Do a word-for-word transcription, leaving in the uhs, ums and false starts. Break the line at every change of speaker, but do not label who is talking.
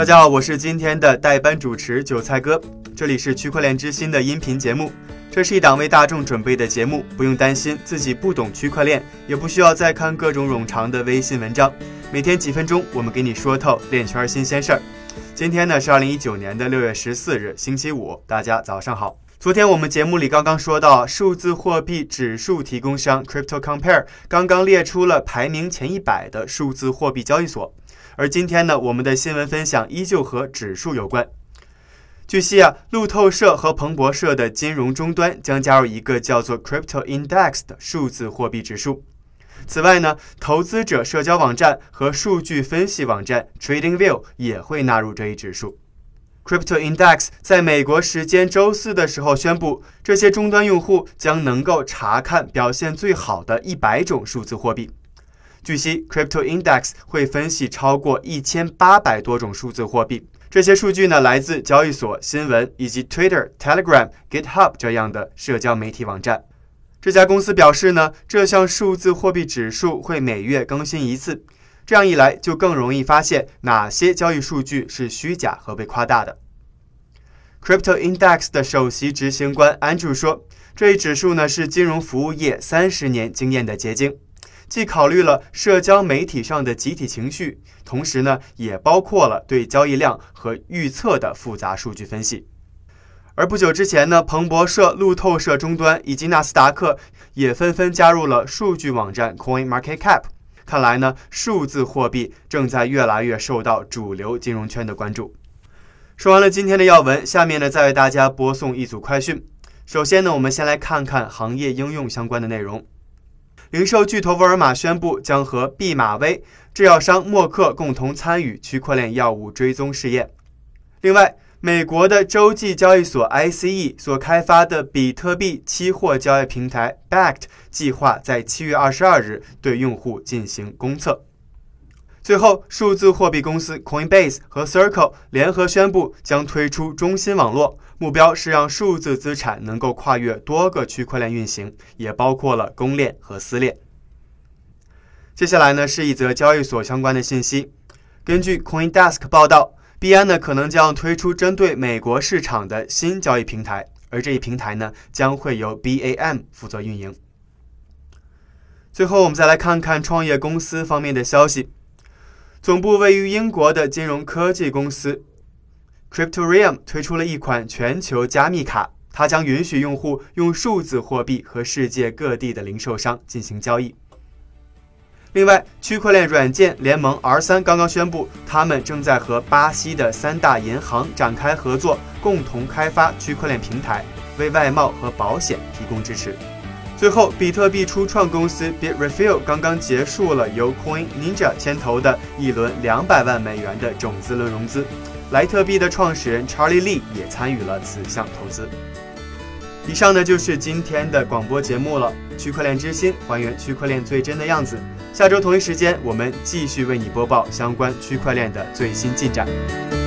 大家好，我是今天的代班主持韭菜哥，这里是区块链之心的音频节目。这是一档为大众准备的节目，不用担心自己不懂区块链，也不需要再看各种冗长的微信文章。每天几分钟，我们给你说透链圈新鲜事儿。今天呢是二零一九年的六月十四日，星期五，大家早上好。昨天我们节目里刚刚说到，数字货币指数提供商 CryptoCompare 刚刚列出了排名前一百的数字货币交易所。而今天呢，我们的新闻分享依旧和指数有关。据悉啊，路透社和彭博社的金融终端将加入一个叫做 Crypto Index 的数字货币指数。此外呢，投资者社交网站和数据分析网站 TradingView 也会纳入这一指数。Crypto Index 在美国时间周四的时候宣布，这些终端用户将能够查看表现最好的一百种数字货币。据悉 Crypto Index 会分析超过一千八百多种数字货币，这些数据呢来自交易所、新闻以及 Twitter、Telegram、GitHub 这样的社交媒体网站。这家公司表示呢，这项数字货币指数会每月更新一次，这样一来就更容易发现哪些交易数据是虚假和被夸大的。Crypto Index 的首席执行官 Andrew 说，这一指数呢是金融服务业三十年经验的结晶，既考虑了社交媒体上的集体情绪，同时呢也包括了对交易量和预测的复杂数据分析。而不久之前呢，彭博社、路透社终端以及纳斯达克也纷纷加入了数据网站 CoinMarketCap。看来呢，数字货币正在越来越受到主流金融圈的关注。说完了今天的要闻，下面呢再为大家播送一组快讯。首先呢，我们先来看看行业应用相关的内容。零售巨头沃尔玛宣布将和毕马威、制药商默克共同参与区块链药物追踪试验。另外，美国的洲际交易所 I C E 所开发的比特币期货交易平台 Bakkt 计划在七月二十二日对用户进行公测。最后，数字货币公司 Coinbase 和 Circle 联合宣布将推出中心网络，目标是让数字资产能够跨越多个区块链运行，也包括了公链和私链。接下来呢是一则交易所相关的信息。根据 CoinDesk 报道，币安呢可能将推出针对美国市场的新交易平台，而这一平台呢将会由 B A M 负责运营。最后我们再来看看创业公司方面的消息。总部位于英国的金融科技公司 Cryptorium 推出了一款全球加密卡，它将允许用户用数字货币和世界各地的零售商进行交易。另外，区块链软件联盟 R 三 刚刚宣布，他们正在和巴西的三大银行展开合作，共同开发区块链平台，为外贸和保险提供支持。最后，比特币初创公司 Bitrefill 刚刚结束了由 Coin Ninja 牵头的一轮两百万美元的种子轮融资，莱特币的创始人 Charlie Lee 也参与了此项投资。以上呢就是今天的广播节目了，区块链之心，还原区块链最真的样子。下周同一时间，我们继续为你播报相关区块链的最新进展。